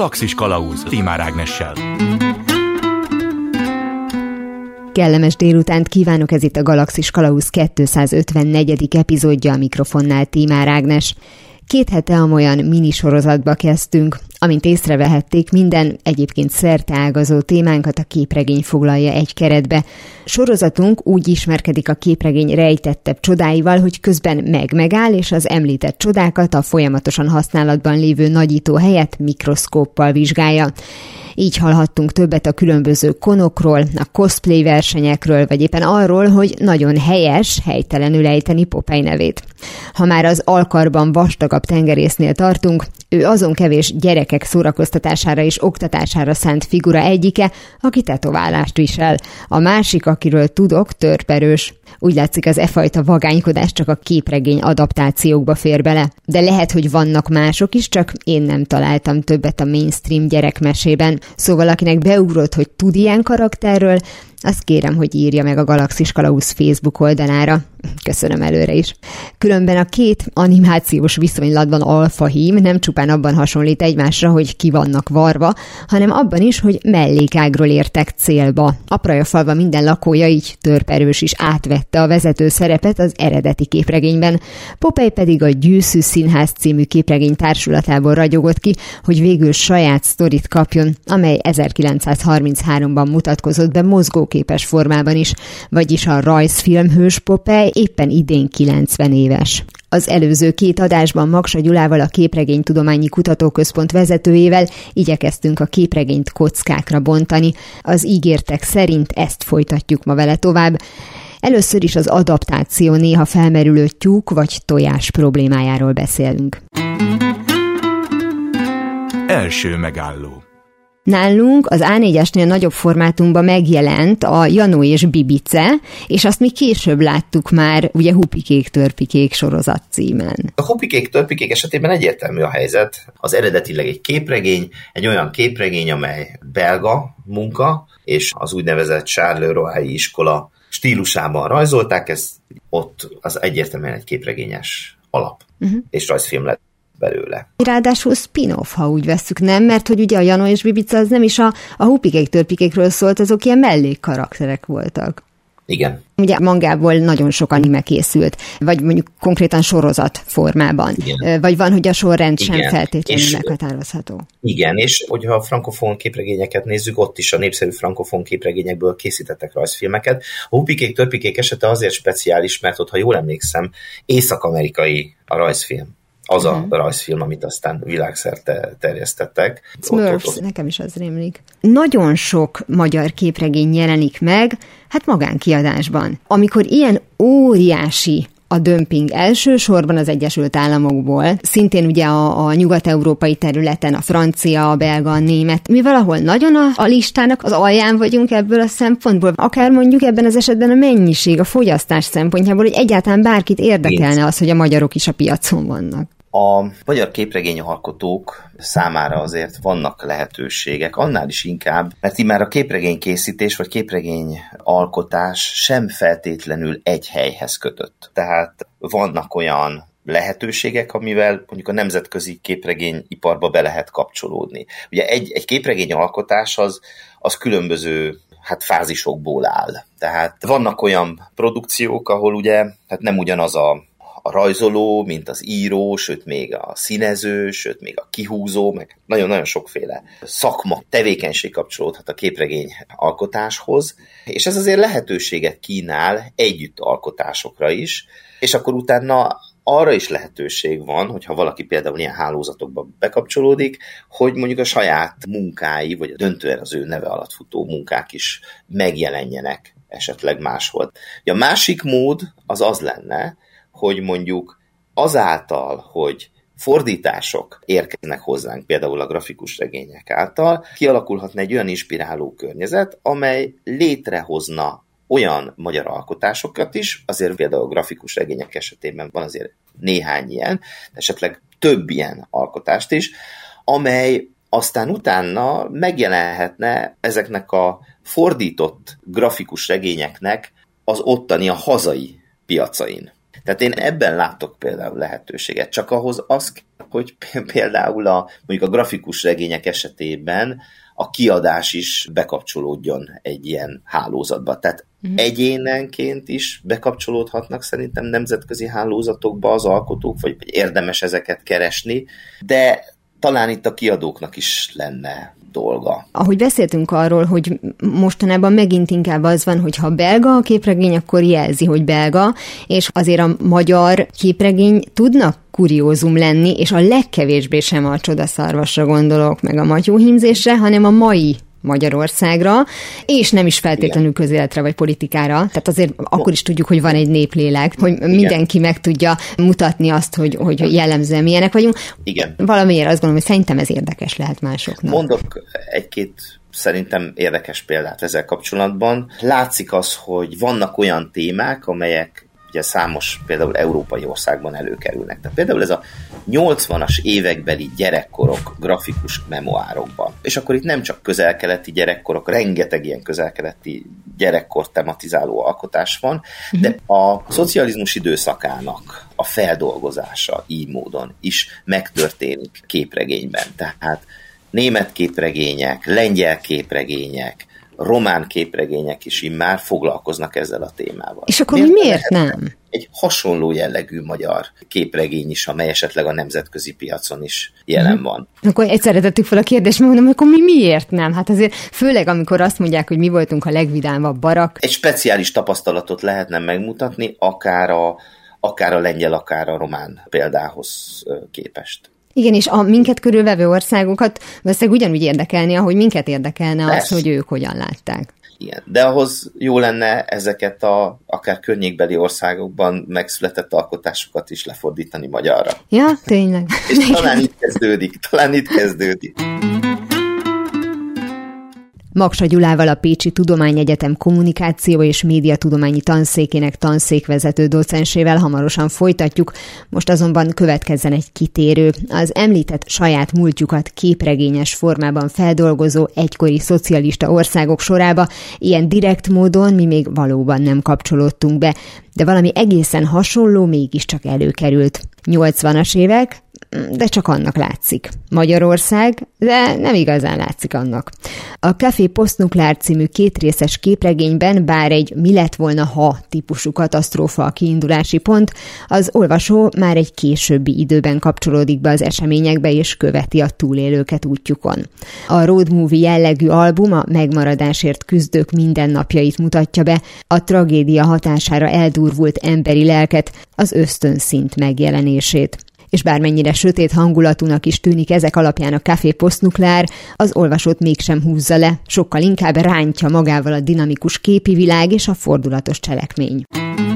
Galaxis Kalauz Tímár Ágnessel. Kellemes délutánt kívánok, ez itt a Galaxis Kalauz 254. epizódja, a mikrofonnál Tímár Ágnes. 2 hete amolyan minisorozatba kezdtünk. Amint észrevehették, minden egyébként szerteágazó témánkat a képregény foglalja egy keretbe. Sorozatunk úgy ismerkedik a képregény rejtettebb csodáival, hogy közben megáll, és az említett csodákat a folyamatosan használatban lévő nagyító helyett mikroszkóppal vizsgálja. Így hallhattunk többet a különböző konokról, a cosplay versenyekről, vagy éppen arról, hogy nagyon helytelenül ejteni Popeye nevét. Ha már az alkarban vastagabb tengerésznél tartunk, ő azon kevés gyerekek szórakoztatására és oktatására szánt figura egyike, aki tetoválást visel. A másik, akiről tudok, törperős. Úgy látszik, az fajta vagánykodás csak a képregény adaptációkba fér bele. De lehet, hogy vannak mások is, csak én nem találtam többet a mainstream gyerekmesében. Szóval akinek beugrott, hogy tud ilyen karakterről, azt kérem, hogy írja meg a Galaxis Kalauz Facebook oldalára. Köszönöm előre is. Különben a 2 animációs viszonylatban alfahím nem csupán abban hasonlít egymásra, hogy ki vannak varva, hanem abban is, hogy mellékágról értek célba. Aprajafalva minden lakója, így törperős is átvette a vezető szerepet az eredeti képregényben. Popeye pedig a Gyűszű Színház című képregény társulatából ragyogott ki, hogy végül saját sztorit kapjon, amely 1933-ban mutatkozott be mozgóképes formában is, vagyis a rajzfilmhős Popeye éppen idén 90 éves. Az előző 2 adásban Maksa Gyulával, a Képregénytudományi Kutatóközpont vezetőjével igyekeztünk a képregényt kockákra bontani. Az ígértek szerint ezt folytatjuk ma vele tovább. Először is az adaptáció néha felmerülő tyúk vagy tojás problémájáról beszélünk. Első megálló. Nálunk az A4-esnél nagyobb formátumban megjelent a Janó és Bibice, és azt mi később láttuk már, ugye Hupikék-törpikék sorozat címen. A Hupikék-törpikék esetében egyértelmű a helyzet. Az eredetileg egy képregény, egy olyan képregény, amely belga munka, és az úgynevezett Charles Leroy iskola stílusában rajzolták, ez ott az egyértelműen egy képregényes alap, és rajzfilm lett belőle. Ráadásul spin-off, ha úgy vesszük, nem? Mert hogy ugye a Janó és Bibica az nem is a Hupikék-törpikékről szólt, azok ilyen mellékkarakterek voltak. Igen. Ugye mangából nagyon sok anime készült, vagy mondjuk konkrétan sorozat formában. Igen. Vagy van, hogy a sorrend sem feltétlenül meghatározható. Igen, és hogyha a frankofón képregényeket nézzük, ott is a népszerű frankofón képregényekből készítettek rajzfilmeket. A Hupikék-törpikék esete azért speciális, mert ott, ha jól emlékszem, észak-amerikai a rajzfilm. Az a rajzfilm, amit aztán világszerte terjesztettek. Smurfs, nekem is az rémlik. Nagyon sok magyar képregény jelenik meg, hát magánkiadásban. Amikor ilyen óriási a dömping elsősorban az Egyesült Államokból, szintén ugye a nyugat-európai területen, a francia, a belga, a német, mi valahol nagyon a listának az alján vagyunk ebből a szempontból, akár mondjuk ebben az esetben a mennyiség, a fogyasztás szempontjából, hogy egyáltalán bárkit érdekelne az, hogy a magyarok is a piacon vannak. A magyar képregényalkotók számára azért vannak lehetőségek, annál is inkább, mert így már a képregénykészítés vagy képregényalkotás sem feltétlenül egy helyhez kötött. Tehát vannak olyan lehetőségek, amivel mondjuk a nemzetközi képregényiparba be lehet kapcsolódni. Ugye egy képregényalkotás az különböző fázisokból áll. Tehát vannak olyan produkciók, ahol ugye nem ugyanaz a rajzoló, mint az író, sőt még a színező, sőt még a kihúzó, meg nagyon-nagyon sokféle szakma, tevékenység kapcsolódhat a képregény alkotáshoz, és ez azért lehetőséget kínál együtt alkotásokra is, és akkor utána arra is lehetőség van, hogyha valaki például ilyen hálózatokba bekapcsolódik, hogy mondjuk a saját munkái, vagy döntően az ő neve alatt futó munkák is megjelenjenek esetleg máshol. A másik mód az lenne, hogy mondjuk azáltal, hogy fordítások érkeznek hozzánk, például a grafikus regények által, kialakulhatna egy olyan inspiráló környezet, amely létrehozna olyan magyar alkotásokat is, azért például a grafikus regények esetében van azért néhány ilyen, esetleg több ilyen alkotást is, amely aztán utána megjelenhetne ezeknek a fordított grafikus regényeknek az ottani, a hazai piacain. Tehát én ebben látok például lehetőséget. Csak ahhoz az kell, hogy például mondjuk a grafikus regények esetében a kiadás is bekapcsolódjon egy ilyen hálózatba. Tehát egyénenként is bekapcsolódhatnak szerintem nemzetközi hálózatokba az alkotók, vagy érdemes ezeket keresni, de talán itt a kiadóknak is lenne dolga. Ahogy beszéltünk arról, hogy mostanában megint inkább az van, hogy ha belga a képregény, akkor jelzi, hogy belga, és azért a magyar képregény tudnak kuriózum lenni, és a legkevésbé sem a Csodaszarvasra gondolok, meg a matyóhímzésre, hanem a mai Magyarországra, és nem is feltétlenül közéletre vagy politikára. Tehát azért akkor is tudjuk, hogy van egy néplélek, hogy mindenki meg tudja mutatni azt, hogy jellemzően milyenek vagyunk. Igen. Valamiért azt gondolom, hogy szerintem ez érdekes lehet másoknak. Mondok egy-két szerintem érdekes példát ezzel kapcsolatban. Látszik az, hogy vannak olyan témák, amelyek ugye számos például európai országban előkerülnek. Tehát például ez a 80-as évekbeli gyerekkorok grafikus memoárokban. És akkor itt nem csak közel-keleti gyerekkorok, rengeteg ilyen közel-keleti gyerekkor tematizáló alkotás van, de a szocializmus időszakának a feldolgozása így módon is megtörténik képregényben. Tehát német képregények, lengyel képregények, román képregények is immár foglalkoznak ezzel a témával. És akkor miért nem? Egy hasonló jellegű magyar képregény is, amely esetleg a nemzetközi piacon is jelen van. Akkor egyszerre tettük fel a kérdést, mert mondom, akkor miért nem? Hát azért főleg, amikor azt mondják, hogy mi voltunk a legvidámabb barak. Egy speciális tapasztalatot lehetne megmutatni, akár a lengyel, akár a román példához képest. Igen, és a minket körülvevő országokat valószínűleg ugyanúgy érdekelni, ahogy minket érdekelne az, hogy ők hogyan látták. Igen, de ahhoz jó lenne ezeket akár környékbeli országokban megszületett alkotásokat is lefordítani magyarra. Ja, tényleg. És talán itt kezdődik. Magsa Gyulával, a Pécsi Tudományegyetem kommunikáció és médiatudományi tanszékének tanszékvezető docensével hamarosan folytatjuk. Most azonban következzen egy kitérő. Az említett saját múltjukat képregényes formában feldolgozó egykori szocialista országok sorába ilyen direkt módon mi még valóban nem kapcsolódtunk be, de valami egészen hasonló mégiscsak előkerült. 80-as évek, de csak annak látszik. Magyarország, de nem igazán látszik annak. A Café Postnukleár című kétrészes képregényben, bár egy mi lett volna ha típusú katasztrófa a kiindulási pont, az olvasó már egy későbbi időben kapcsolódik be az eseményekbe és követi a túlélőket útjukon. A road movie jellegű album a megmaradásért küzdők mindennapjait mutatja be, a tragédia hatására eldurvult emberi lelket, az ösztönszint megjelenését. És bármennyire sötét hangulatúnak is tűnik ezek alapján a Café Postnukleár, az olvasót mégsem húzza le, sokkal inkább rántja magával a dinamikus képi világ és a fordulatos cselekmény.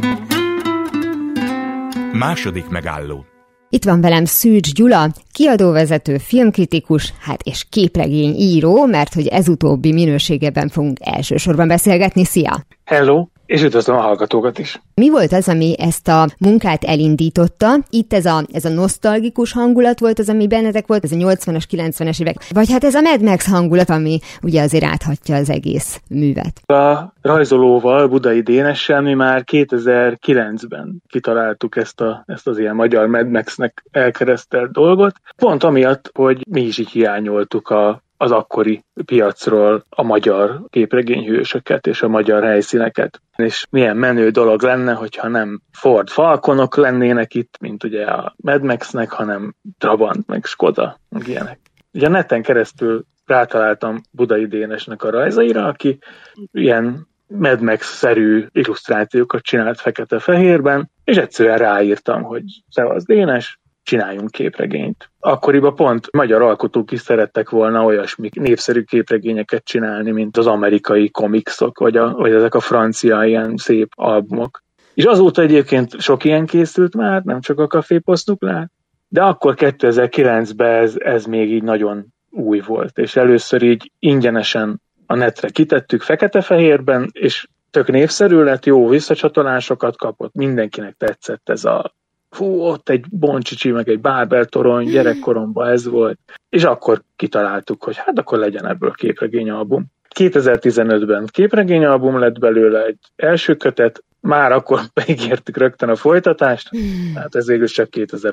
Második megálló. Itt van velem Szűcs Gyula, kiadóvezető, filmkritikus, és képregényíró, mert hogy ez utóbbi minőségében fogunk elsősorban beszélgetni. Szia! Hello! És üdvözlöm a hallgatókat is. Mi volt az, ami ezt a munkát elindította? Itt ez a nosztalgikus hangulat volt az, ami bennetek volt, ez a 80-as, 90-es évek, vagy ez a Mad Max hangulat, ami ugye azért áthatja az egész művet? A rajzolóval, Budai Dénessel mi már 2009-ben kitaláltuk ezt az ilyen magyar Mad Max-nek elkeresztelt dolgot, pont amiatt, hogy mi is így hiányoltuk az akkori piacról a magyar képregényhősöket és a magyar helyszíneket. És milyen menő dolog lenne, hogyha nem Ford Falconok lennének itt, mint ugye a Mad Max-nek, hanem Trabant, meg Skoda, meg ilyenek. Ugye a neten keresztül rátaláltam Budai Dénesnek a rajzaira, aki ilyen Mad Max-szerű illusztrációkat csinált fekete-fehérben, és egyszerűen ráírtam, hogy szevasz Dénes, csináljunk képregényt. Akkoriban pont magyar alkotók is szerettek volna olyasmi népszerű képregényeket csinálni, mint az amerikai komikszok, vagy ezek a francia ilyen szép albumok. És azóta egyébként sok ilyen készült már, nem csak a Café Postnukleár, de akkor 2009-ben ez még így nagyon új volt, és először így ingyenesen a netre kitettük fekete-fehérben, és tök népszerű lett, jó visszacsatolásokat kapott, mindenkinek tetszett ez a ott egy Boncsicsi, meg egy Bábel torony, gyerekkoromban ez volt. És akkor kitaláltuk, hogy akkor legyen ebből képregényalbum. 2015-ben képregényalbum lett belőle, egy első kötet, már akkor beígértük rögtön a folytatást, hát ez végül csak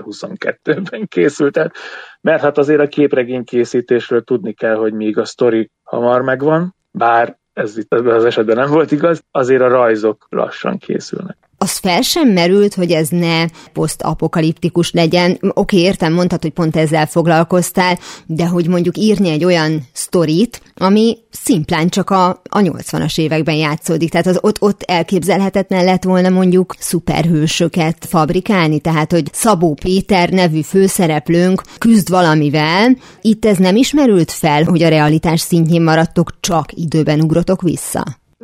2022-ben készült el, mert hát azért a képregény készítésről tudni kell, hogy még a sztori hamar megvan, bár ez itt az esetben nem volt igaz, azért a rajzok lassan készülnek. Az fel sem merült, hogy ez ne posztapokaliptikus legyen. Oké, értem, mondtad, hogy pont ezzel foglalkoztál, de hogy mondjuk írni egy olyan sztorit, ami szimplán csak a 80-as években játszódik. Tehát az ott elképzelhetetlen lett volna mondjuk szuperhősöket fabrikálni, tehát hogy Szabó Péter nevű főszereplőnk küzd valamivel. Itt ez nem ismerült fel, hogy a realitás szintjén maradtok, csak időben ugrotok vissza?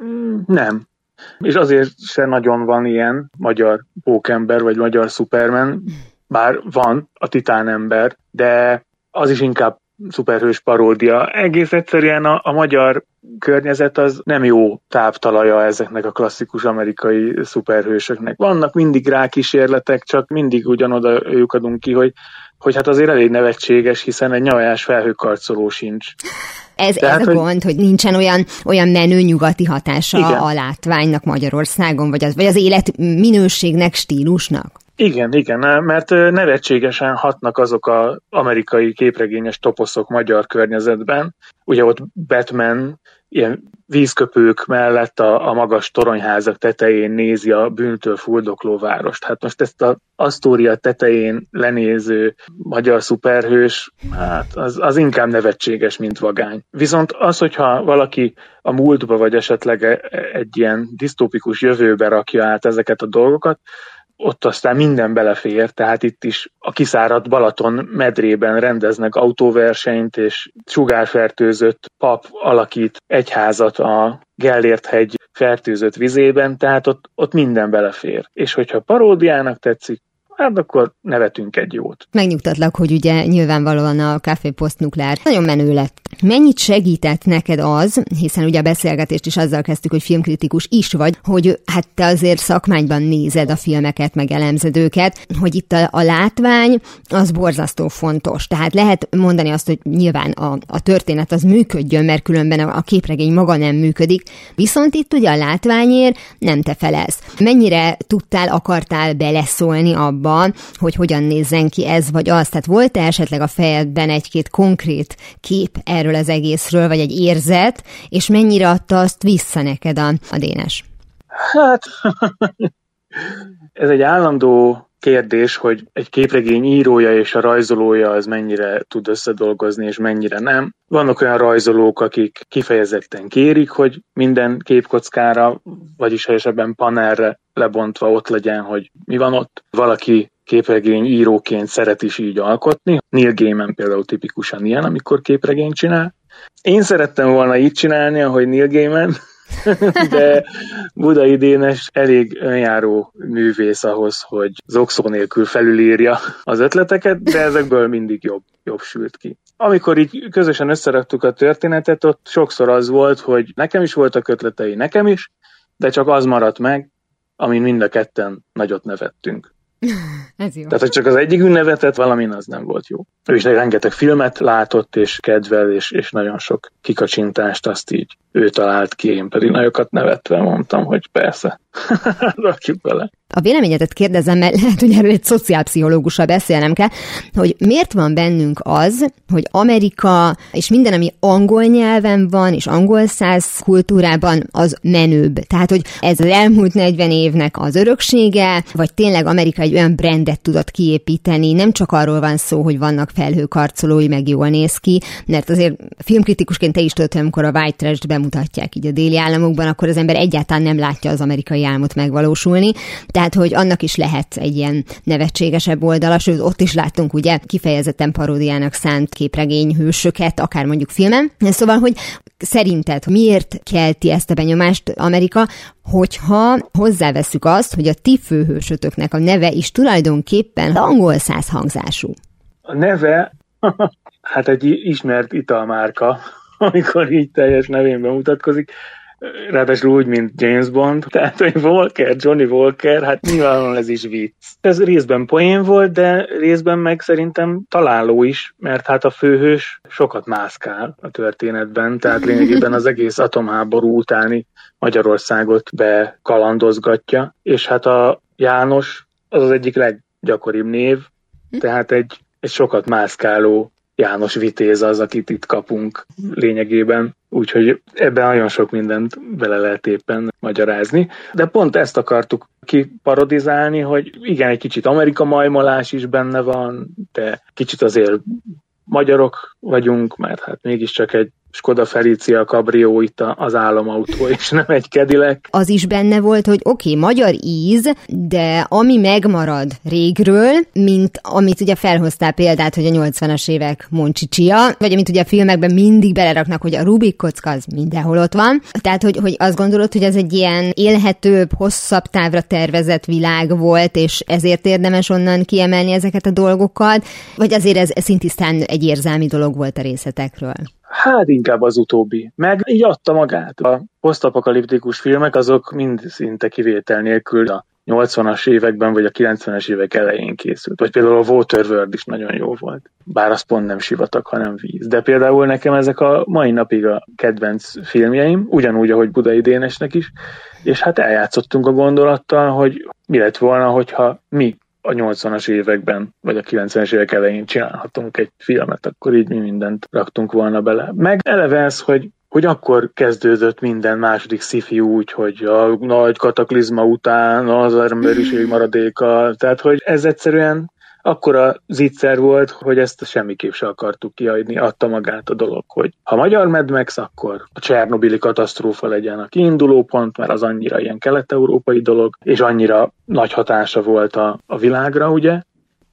Nem. És azért se nagyon van ilyen magyar pókember, vagy magyar Superman, bár van a titánember, de az is inkább szuperhős paródia. Egész egyszerűen a magyar környezet az nem jó táptalaja ezeknek a klasszikus amerikai szuperhősöknek. Vannak mindig rá kísérletek, csak mindig ugyanoda lyukadunk ki, hogy hát azért elég nevetséges, hiszen egy nyavajás felhőkarcoló sincs. Ez a gond, hogy nincsen olyan menő nyugati hatása igen. A látványnak Magyarországon, vagy az élet minőségnek, stílusnak? Igen, mert nevetségesen hatnak azok az amerikai képregényes toposzok magyar környezetben. Ugye ott Batman ilyen vízköpők mellett a magas toronyházak tetején nézi a bűntől fuldokló várost. Hát most ezt a Asztória tetején lenéző magyar szuperhős, hát az inkább nevetséges, mint vagány. Viszont az, hogyha valaki a múltba, vagy esetleg egy ilyen disztópikus jövőbe rakja át ezeket a dolgokat, ott aztán minden belefér, tehát itt is a kiszáradt Balaton medrében rendeznek autóversenyt, és sugárfertőzött pap alakít egyházat a Gellért-hegy fertőzött vizében, tehát ott minden belefér. És hogyha paródiának tetszik, hát akkor nevetünk egy jót. Megnyugtatlak, hogy ugye nyilvánvalóan a Café Postnukleár nagyon menő lett. Mennyit segített neked az, hiszen ugye a beszélgetést is azzal kezdtük, hogy filmkritikus is vagy, hogy hát te azért szakmányban nézed a filmeket, meg elemzed őket, hogy itt a látvány az borzasztó fontos. Tehát lehet mondani azt, hogy nyilván a történet az működjön, mert különben a képregény maga nem működik, viszont itt ugye a látványért nem te felelsz. Mennyire akartál beleszólni abba, hogy hogyan nézzen ki ez vagy az? Tehát volt-e esetleg a fejedben egy-két konkrét kép erről az egészről, vagy egy érzet, és mennyire adta azt vissza neked a Dénes? Hát, ez egy állandó kérdés, hogy egy képregény írója és a rajzolója az mennyire tud összedolgozni, és mennyire nem. Vannak olyan rajzolók, akik kifejezetten kérik, hogy minden képkockára, vagyis helyesebben panelre lebontva ott legyen, hogy mi van ott. Valaki képregény íróként szeret is így alkotni. Neil Gaiman például tipikusan ilyen, amikor képregényt csinál. Én szerettem volna így csinálni, ahogy Neil Gaiman, de Budai Dénes elég önjáró művész ahhoz, hogy zokszó nélkül felülírja az ötleteket, de ezekből mindig jobb sült ki. Amikor így közösen összeraktuk a történetet, ott sokszor az volt, hogy nekem is voltak ötletei, nekem is, de csak az maradt meg, amin mind a ketten nagyot nevettünk. Ez jó. Tehát, hogy csak az egyik nevetett, valamin az nem volt jó. Ő is rengeteg filmet látott, és kedvel, és nagyon sok kikacsintást azt így ő talált ki, én pedig nagyokat nevetve mondtam, hogy persze, rakjuk bele. A véleményedet kérdezem, mert lehet, hogy erről egy szociálpszichológussal beszélnem kell, hogy miért van bennünk az, hogy Amerika és minden, ami angol nyelven van, és angol száz kultúrában, az menőbb. Tehát, hogy ez az elmúlt 40 évnek az öröksége, vagy tényleg Amerika egy olyan brandet tudott kiépíteni, nem csak arról van szó, hogy vannak felhőkarcolói, meg jól néz ki, mert azért filmkritikusként te is tudod, amikor a white trash-t bemutatják így a déli államokban, akkor az ember egyáltalán nem látja az amerikai álmot megvalósulni. Tehát, hogy annak is lehet egy ilyen nevetségesebb oldala, sőt, ott is láttunk ugye kifejezetten paródiának szánt képregényhősöket, akár mondjuk filmen. Szóval, hogy szerinted miért kelti ezt a benyomást Amerika, hogyha hozzáveszünk azt, hogy a ti főhősötöknek a neve is tulajdonképpen angol száz hangzású? A neve, hát egy ismert italmárka, amikor így teljes nevén bemutatkozik. ráadásul úgy, mint James Bond, tehát, hogy Johnny Walker, hát nyilvánvalóan ez is vicc. Ez részben poén volt, de részben meg szerintem találó is, mert hát a főhős sokat mászkál a történetben, tehát lényegében az egész atomháború utáni Magyarországot bekalandozgatja, és hát a János az egyik leggyakoribb név, tehát egy sokat mászkáló János Vitéz az, akit itt kapunk lényegében, úgyhogy ebben nagyon sok mindent bele lehet éppen magyarázni. De pont ezt akartuk kiparodizálni, hogy igen, egy kicsit Amerika majmolás is benne van, de kicsit azért magyarok vagyunk, mert hát mégiscsak egy Skoda Felicia Cabrio itt az álomautó, és nem egy Cadillac. Az is benne volt, hogy oké, magyar íz, de ami megmarad régről, mint amit ugye felhoztál példát, hogy a 80-as évek Moncsicsia, vagy amit ugye a filmekben mindig beleraknak, hogy a Rubik kocka az mindenhol ott van. Tehát, hogy azt gondolod, hogy ez egy ilyen élhetőbb, hosszabb távra tervezett világ volt, és ezért érdemes onnan kiemelni ezeket a dolgokat, vagy azért ez szintisztán egy érzelmi dolog volt a részletekről? Hát inkább az utóbbi. Meg így adta magát. A posztapokaliptikus filmek azok mind szinte kivétel nélkül a 80-as években vagy a 90-es évek elején készült. Vagy például a Waterworld is nagyon jó volt. Bár az pont nem sivatag, hanem víz. De például nekem ezek a mai napig a kedvenc filmjeim, ugyanúgy, ahogy Budai Dénesnek is, és hát eljátszottunk a gondolattal, hogy mi lett volna, hogyha mi a 80-as években, vagy a 90-es évek elején csinálhatunk egy filmet, akkor így mi mindent raktunk volna bele. Meg eleve ez, hogy akkor kezdődött minden második sci-fi úgy, hogy a nagy kataklizma után az emberiség maradéka, tehát hogy ez egyszerűen akkora zicser volt, hogy ezt semmiképp se akartuk kiadni, adta magát a dolog, hogy ha magyar Mad Max, akkor a csernobili katasztrófa legyen a kiinduló pont, mert az annyira ilyen kelet-európai dolog, és annyira nagy hatása volt a világra, ugye.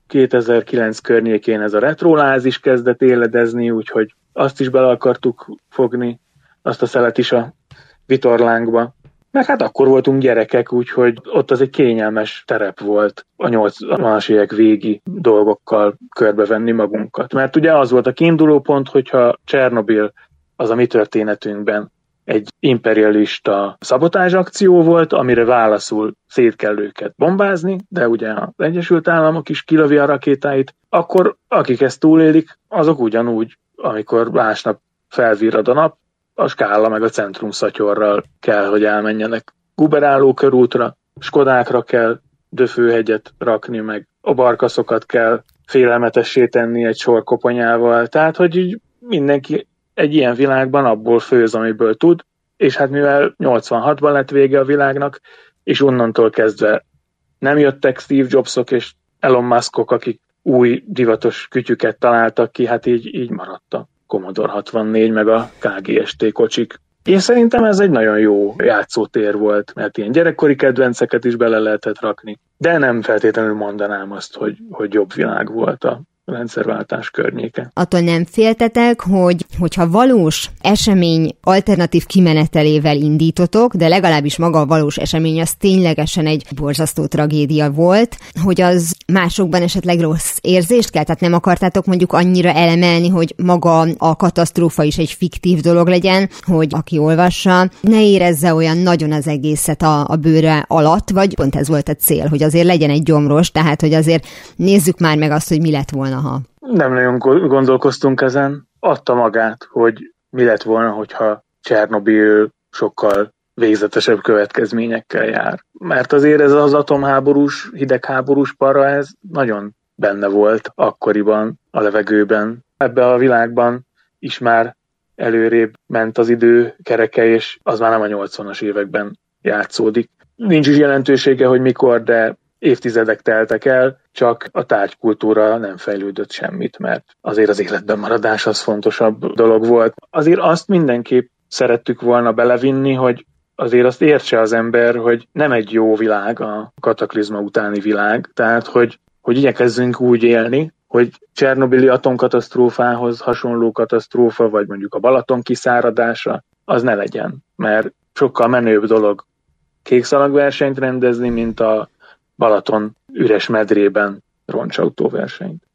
2009 környékén ez a retroláz is kezdett éledezni, úgyhogy azt is bele akartuk fogni, azt a szelet is a vitorlánkba. Meg hát akkor voltunk gyerekek, úgyhogy ott az egy kényelmes terep volt a 80-as évek végi dolgokkal körbevenni magunkat. Mert ugye az volt a kiinduló pont, hogyha Csernobil az a mi történetünkben egy imperialista szabotázsakció volt, amire válaszul szét kell őket bombázni, de ugye az Egyesült Államok is kilövi a rakétáit, akkor akik ezt túlélik, azok ugyanúgy, amikor másnap felvirrad a nap, a skála meg a centrum szatyorral kell, hogy elmenjenek guberáló körútra, Skodákra kell döfőhegyet rakni, meg a barkaszokat kell félelmetessé tenni egy sor koponyával. Tehát, hogy mindenki egy ilyen világban abból főz, amiből tud, és hát mivel 86-ban lett vége a világnak, és onnantól kezdve nem jöttek Steve Jobsok és Elon Muskok, akik új divatos kütyüket találtak ki, hát így maradt a Commodore 64, meg a KGST kocsik. Én szerintem ez egy nagyon jó játszótér volt, mert ilyen gyerekkori kedvenceket is bele lehetett rakni, de nem feltétlenül mondanám azt, hogy jobb világ volt a rendszerváltás környéke. Attól nem féltetek, hogyha valós esemény alternatív kimenetelével indítotok, de legalábbis maga a valós esemény az ténylegesen egy borzasztó tragédia volt, hogy az másokban esetleg rossz érzést kell? Tehát nem akartátok mondjuk annyira elemelni, hogy maga a katasztrófa is egy fiktív dolog legyen, hogy aki olvassa, ne érezze olyan nagyon az egészet a bőre alatt, vagy pont ez volt a cél, hogy azért legyen egy gyomros, tehát hogy azért nézzük már meg azt, hogy mi lett volna. Aha. Nem nagyon gondolkoztunk ezen. Adta magát, hogy mi lett volna, hogyha Csernobil sokkal végzetesebb következményekkel jár. Mert azért ez az atomháborús, hidegháborús para, ez nagyon benne volt akkoriban a levegőben. Ebben a világban is már előrébb ment az idő kereke, és az már nem a 80-as években játszódik. Nincs is jelentősége, hogy mikor, de évtizedek teltek el, csak a tárgykultúra nem fejlődött semmit, mert azért az életben maradás az fontosabb dolog volt. Azért azt mindenképp szerettük volna belevinni, hogy azért azt értse az ember, hogy nem egy jó világ a kataklizma utáni világ, tehát hogy igyekezzünk úgy élni, hogy Csernobili atomkatasztrófához hasonló katasztrófa, vagy mondjuk a Balaton kiszáradása, az ne legyen, mert sokkal menőbb dolog kékszalagversenyt rendezni, mint a Balaton üres medrében roncsautóversenyt.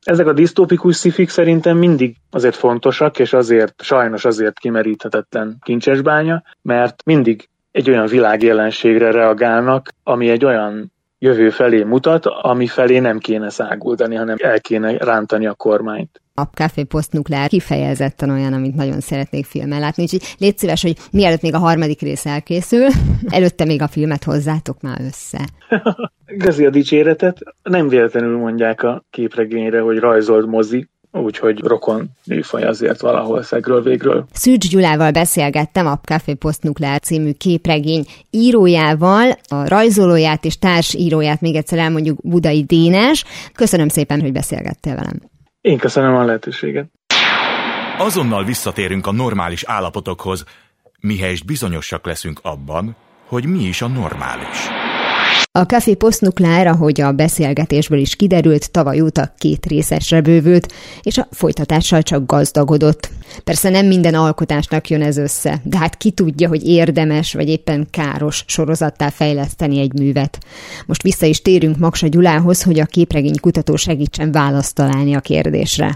Ezek a disztópikus szifik szerintem mindig azért fontosak, és sajnos azért kimeríthetetlen kincsesbánya, mert mindig egy olyan világjelenségre reagálnak, ami egy olyan jövő felé mutat, ami felé nem kéne száguldani, hanem el kéne rántani a kormányt. A Café Postnukleár kifejezetten olyan, amit nagyon szeretnék filmen látni, úgyhogy légy szíves, hogy mielőtt még a 3. rész elkészül, előtte még a filmet hozzátok már össze. Igazi a dicséretet, nem véletlenül mondják a képregényre, hogy rajzolt mozi, úgyhogy rokon műfaj azért valahol szegről végről. Szűcs Gyulával beszélgettem, a Café Postnukleár című képregény írójával, a rajzolóját és társíróját még egyszer elmondjuk Budai Dénes. Köszönöm szépen, hogy beszélgettél velem. Én köszönöm a lehetőséget. Azonnal visszatérünk a normális állapotokhoz, mihelyest bizonyosak leszünk abban, hogy mi is a normális. A Café Postnukleár, ahogy a beszélgetésből is kiderült, tavaly óta 2 részesre bővült, és a folytatással csak gazdagodott. Persze nem minden alkotásnak jön ez össze, de hát ki tudja, hogy érdemes vagy éppen káros sorozattá fejleszteni egy művet. Most vissza is térünk Maksa Gyulához, hogy a képregénykutató segítsen választ találni a kérdésre.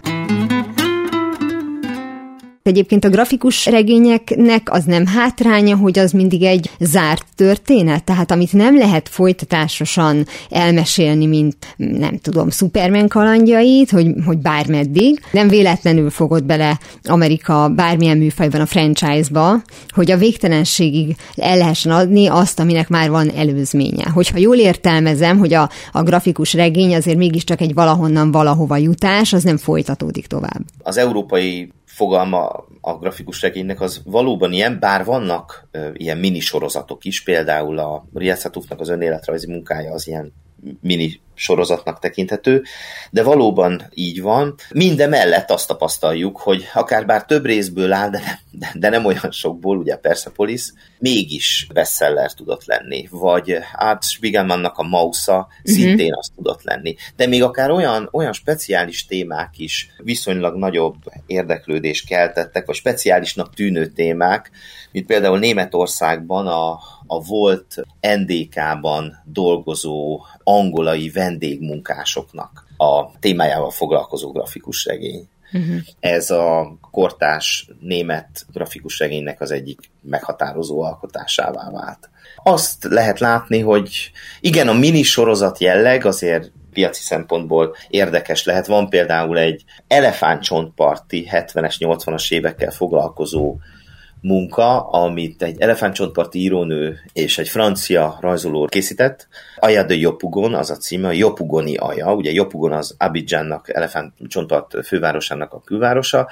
Egyébként a grafikus regényeknek az nem hátránya, hogy az mindig egy zárt történet, tehát amit nem lehet folytatásosan elmesélni, mint nem tudom, Superman kalandjait, hogy bármeddig. Nem véletlenül fogod bele Amerika bármilyen műfajban a franchise-ba, hogy a végtelenségig el lehessen adni azt, aminek már van előzménye. Hogyha jól értelmezem, hogy a grafikus regény azért mégiscsak egy valahonnan valahova jutás, az nem folytatódik tovább. Az európai fogalma a grafikus regénynek az valóban ilyen, bár vannak ilyen minisorozatok is, például a Riad Sattoufnak az önéletrajzi munkája az ilyen mini sorozatnak tekinthető, de valóban így van. Mindemellett azt tapasztaljuk, hogy akár bár több részből áll, de nem olyan sokból, ugye Persepolis, mégis bestseller tudott lenni, vagy Art Spiegelmannak a Mausa szintén azt tudott lenni. De még akár olyan speciális témák is viszonylag nagyobb érdeklődést keltettek, vagy speciálisnak tűnő témák, mint például Németországban a volt NDK-ban dolgozó angolai vendégmunkásoknak a témájával foglalkozó grafikus regény. Ez a kortárs német grafikus regénynek az egyik meghatározó alkotásává vált. Azt lehet látni, hogy igen, a mini sorozat jelleg azért piaci szempontból érdekes lehet. Van például egy elefántcsontparti 70-es, 80-as évekkel foglalkozó munka, amit egy elefántcsontparti írónő és egy francia rajzoló készített. Aya de Yopougon, az a címe, a Yopugoni Aya. Ugye Yopougon az Abidjannak, elefántcsontpart fővárosának a külvárosa,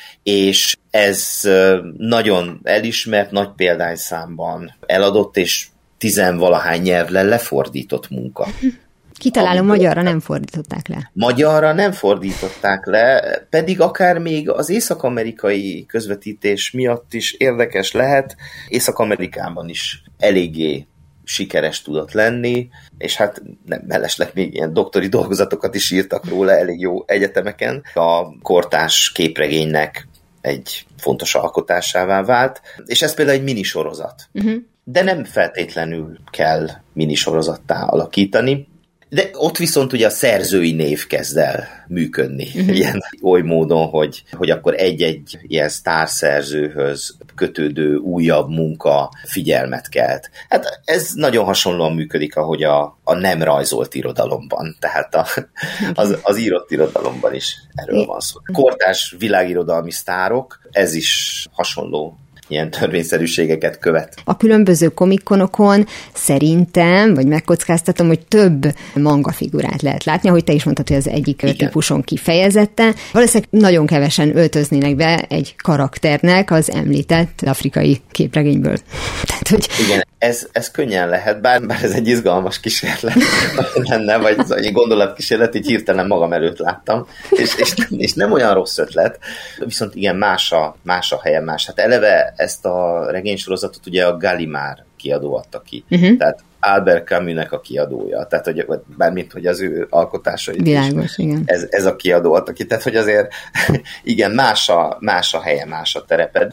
és ez nagyon elismert, nagy példányszámban eladott, és 10-valahány nyelvre lefordított munka. Kitalálom, magyarra nem fordították le. Magyarra nem fordították le, pedig akár még az észak-amerikai közvetítés miatt is érdekes lehet. Észak-Amerikában is eléggé sikeres tudott lenni, és hát nem mellesleg még ilyen doktori dolgozatokat is írtak róla elég jó egyetemeken. A kortárs képregénynek egy fontos alkotásává vált, és ez például egy minisorozat. De nem feltétlenül kell minisorozattá alakítani. De ott viszont ugye a szerzői név kezd el működni, ilyen oly módon, hogy akkor egy-egy ilyen sztárszerzőhöz kötődő újabb munka figyelmet kelt. Hát ez nagyon hasonlóan működik, ahogy a nem rajzolt irodalomban, tehát az írott irodalomban is erről van szó. Kortárs világirodalmi sztárok, ez is hasonló ilyen törvényszerűségeket követ. A különböző komikkonokon szerintem, vagy megkockáztatom, hogy több manga figurát lehet látni, ahogy te is mondtad, hogy az egyik típuson kifejezetten. Valószínűleg nagyon kevesen öltöznének be egy karakternek az említett afrikai képregényből. Tehát, hogy... Igen, ez könnyen lehet, bár ez egy izgalmas kísérlet lenne, vagy egy gondolatkísérlet, így hirtelen magam előtt láttam, és nem olyan rossz ötlet, viszont igen, más a helye, más. Hát eleve ezt a regénysorozatot ugye a Gallimard kiadó adta ki. Tehát Albert Camusnek a kiadója. Tehát, hogy bármint, hogy az ő alkotásait világos, is. Igen. Ez a kiadó adta ki. Tehát, hogy azért igen, más a helye, más a tereped.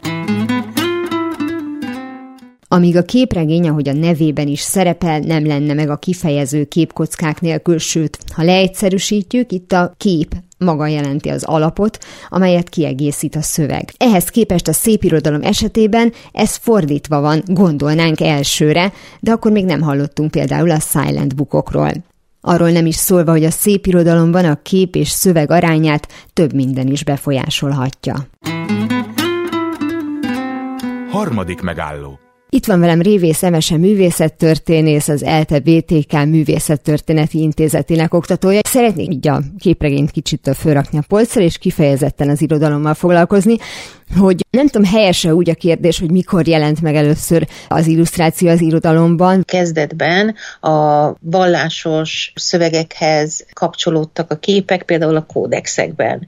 Amíg a képregény, ahogy a nevében is szerepel, nem lenne meg a kifejező képkockák nélkül, sőt, ha leegyszerűsítjük, itt a kép maga jelenti az alapot, amelyet kiegészít a szöveg. Ehhez képest a szépirodalom esetében ez fordítva van, gondolnánk elsőre, de akkor még nem hallottunk például a silent bookokról. Arról nem is szólva, hogy a szépirodalomban a kép és szöveg arányát több minden is befolyásolhatja. Harmadik megálló. Itt van velem Révész Emese művészettörténész, az ELTE BTK Művészettörténeti Intézetének oktatója. Szeretnék így a képregényt kicsit fölrakni a polcra, és kifejezetten az irodalommal foglalkozni, hogy nem tudom, helyese úgy a kérdés, hogy mikor jelent meg először az illusztráció az irodalomban. Kezdetben a vallásos szövegekhez kapcsolódtak a képek, például a kódexekben.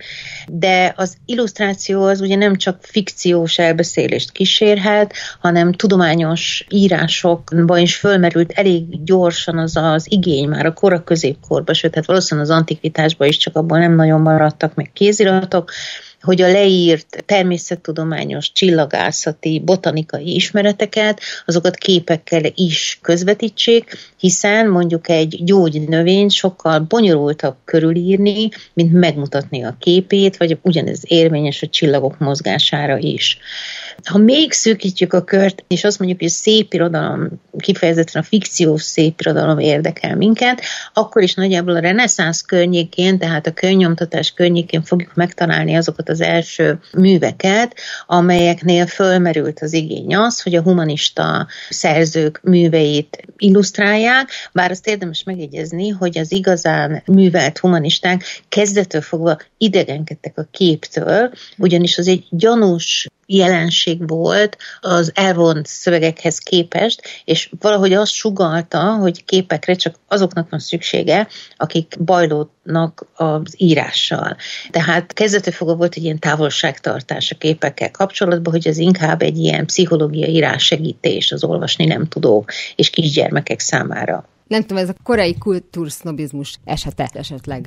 De az illusztráció az ugye nem csak fikciós elbeszélést kísérhet, hanem tudományos írásokban is fölmerült elég gyorsan az igény már a kora középkorban, sőt, hát valószínűleg az antikvitásban is, csak abban nem nagyon maradtak meg kéziratok, hogy a leírt természettudományos, csillagászati, botanikai ismereteket, azokat képekkel is közvetítsék, hiszen mondjuk egy gyógynövényt sokkal bonyolultabb körülírni, mint megmutatni a képét, vagy ugyanez érvényes a csillagok mozgására is. Ha még szűkítjük a kört, és azt mondjuk, hogy a szépirodalom, kifejezetten a fikciós szépirodalom érdekel minket, akkor is nagyjából a reneszánsz környékén, tehát a könyvnyomtatás környékén fogjuk megtalálni azokat az első műveket, amelyeknél fölmerült az igény az, hogy a humanista szerzők műveit illusztrálják, bár azt érdemes megjegyezni, hogy az igazán művelt humanisták kezdettől fogva idegenkedtek a képtől, ugyanis az egy gyanús jelenség volt az elvont szövegekhez képest, és valahogy azt sugallta, hogy képekre csak azoknak van szüksége, akik bajlódnak az írással. Tehát kezdetől fogva volt egy ilyen távolságtartás a képekkel kapcsolatban, hogy ez inkább egy ilyen pszichológiai írásegítés az olvasni nem tudók és kisgyermekek számára. Nem tudom, ez a korai kultúrsznobizmus esete esetleg.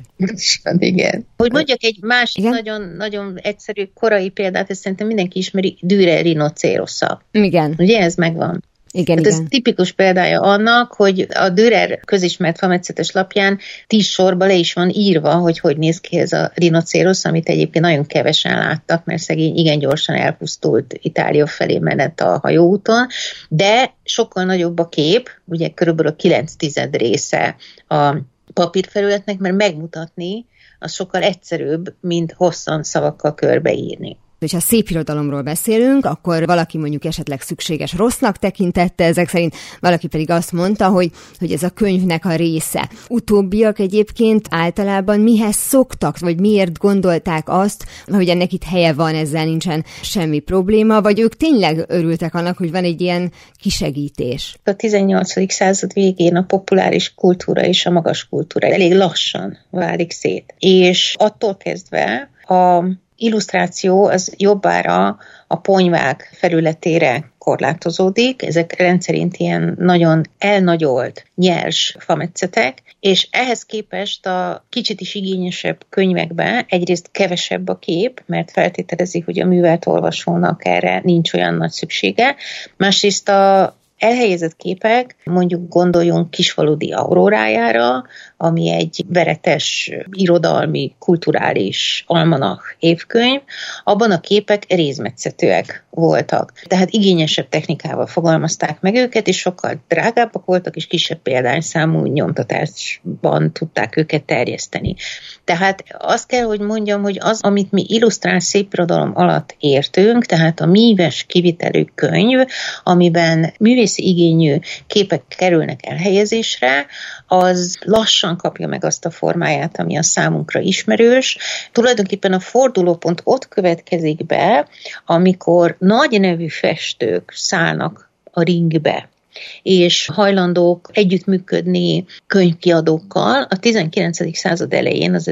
Igen. Hogy mondjak egy másik nagyon egyszerű korai példát, ezt szerintem mindenki ismeri, Dürer rinocérosza. Igen. Ugye ez megvan? Igen, hát ez tipikus példája annak, hogy a Dürer közismert fametszetes lapján 10 sorba le is van írva, hogy néz ki ez a rinocérosz, amit egyébként nagyon kevesen láttak, mert szegény igen gyorsan elpusztult Itália felé menett a hajóúton, de sokkal nagyobb a kép, ugye körülbelül 9/10 része a papírfelületnek, mert megmutatni az sokkal egyszerűbb, mint hosszan szavakkal körbeírni. Ha szépirodalomról beszélünk, akkor valaki mondjuk esetleg szükséges rossznak tekintette, ezek szerint valaki pedig azt mondta, hogy ez a könyvnek a része. Utóbbiak egyébként általában mihez szoktak, vagy miért gondolták azt, hogy ennek itt helye van, ezzel nincsen semmi probléma, vagy ők tényleg örültek annak, hogy van egy ilyen kisegítés? A 18. század végén a populáris kultúra és a magas kultúra elég lassan válik szét. És attól kezdve a illusztráció az jobbára a ponyvák felületére korlátozódik, ezek rendszerint ilyen nagyon elnagyolt, nyers fametszetek, és ehhez képest a kicsit is igényesebb könyvekben egyrészt kevesebb a kép, mert feltételezik, hogy a művelt olvasónak erre nincs olyan nagy szüksége, másrészt a elhelyezett képek, mondjuk gondoljunk Kisfaludy Aurórájára, ami egy veretes, irodalmi, kulturális almanach évkönyv, abban a képek rézmetszetőek voltak. Tehát igényesebb technikával fogalmazták meg őket, és sokkal drágábbak voltak, és kisebb példányszámú nyomtatásban tudták őket terjeszteni. Tehát azt kell, hogy mondjam, hogy az, amit mi illusztrált szépirodalom alatt értünk, tehát a míves kivitelű könyv, amiben művészi igényű képek kerülnek elhelyezésre, az lassan kapja meg azt a formáját, ami a számunkra ismerős. Tulajdonképpen a fordulópont ott következik be, amikor nagy nevű festők szállnak a ringbe, és hajlandók együttműködni könyvkiadókkal. A 19. század elején, az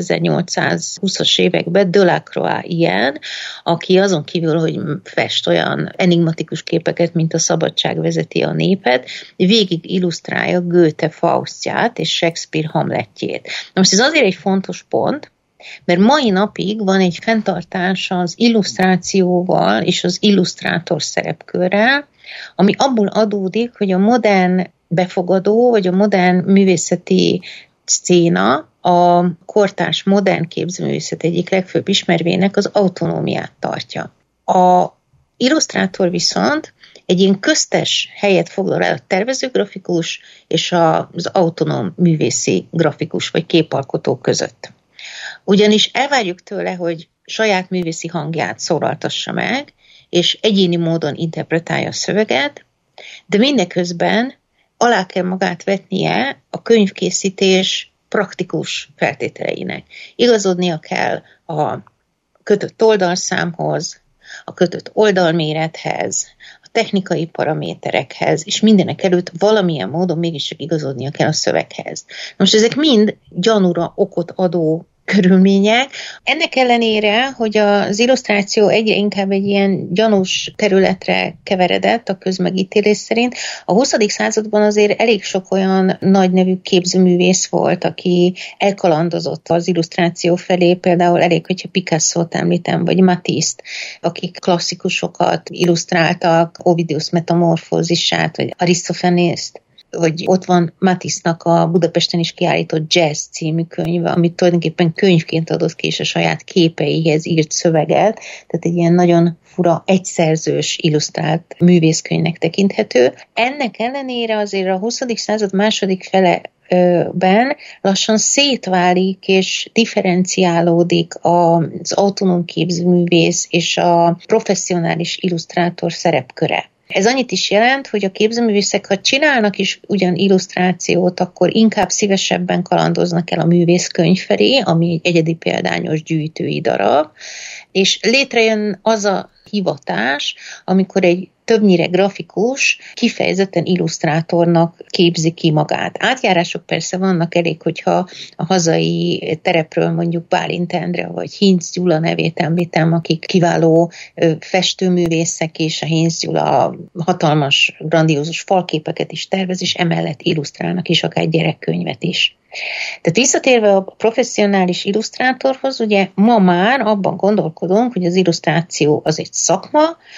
1820-as években Delacroix ilyen, aki azon kívül, hogy fest olyan enigmatikus képeket, mint a Szabadság vezeti a népet, végig illusztrálja Goethe Faustját és Shakespeare Hamletjét. Most ez azért egy fontos pont, mert mai napig van egy fenntartás az illusztrációval és az illusztrátor szerepkörrel, ami abból adódik, hogy a modern befogadó, vagy a modern művészeti szcéna a kortárs modern képzőművészet egyik legfőbb ismervének az autonómiát tartja. A illusztrátor viszont egy ilyen köztes helyet foglal el a tervezőgrafikus és az autonóm művészi grafikus vagy képalkotó között. Ugyanis elvárjuk tőle, hogy saját művészi hangját szólaltassa meg, és egyéni módon interpretálja a szöveget, de mindeközben alá kell magát vetnie a könyvkészítés praktikus feltételeinek. Igazodnia kell a kötött oldalszámhoz, a kötött oldalmérethez, a technikai paraméterekhez, és mindenek előtt valamilyen módon mégiscsak igazodnia kell a szöveghez. Most ezek mind gyanúra okot adó körülmények. Ennek ellenére, hogy az illusztráció egyre inkább egy ilyen gyanús területre keveredett a közmegítélés szerint, a 20. században azért elég sok olyan nagy nevű képzőművész volt, aki elkalandozott az illusztráció felé, például elég, hogyha Picasso-t említem, vagy Matisse-t, akik klasszikusokat illusztráltak, Ovidius metamorfózisát, vagy Aristophanést, vagy ott van Matisse-nak a Budapesten is kiállított Jazz című könyve, amit tulajdonképpen könyvként adott ki, és a saját képeihez írt szöveget, tehát egy ilyen nagyon fura, egyszerzős, illusztrált művészkönyvnek tekinthető. Ennek ellenére azért a 20. század második feleben lassan szétválik és differenciálódik az autonóm képzőművész és a professzionális illusztrátor szerepköre. Ez annyit is jelent, hogy a képzőművészek, ha csinálnak is ugyan illusztrációt, akkor inkább szívesebben kalandoznak el a művészkönyv felé, ami egy egyedi példányos gyűjtői darab, és létrejön az a hivatás, amikor egy többnyire grafikus, kifejezetten illusztrátornak képzi ki magát. Átjárások persze vannak, elég, hogyha a hazai terepről mondjuk Bálint Endre vagy Hinz Gyula nevét említem, akik kiváló festőművészek, és a Hinz Gyula hatalmas, grandiózus falképeket is tervez, és emellett illusztrálnak is, akár gyerekkönyvet is. Tehát visszatérve a professzionális illusztrátorhoz, ugye ma már abban gondolkodunk, hogy az illusztráció az egy szakma,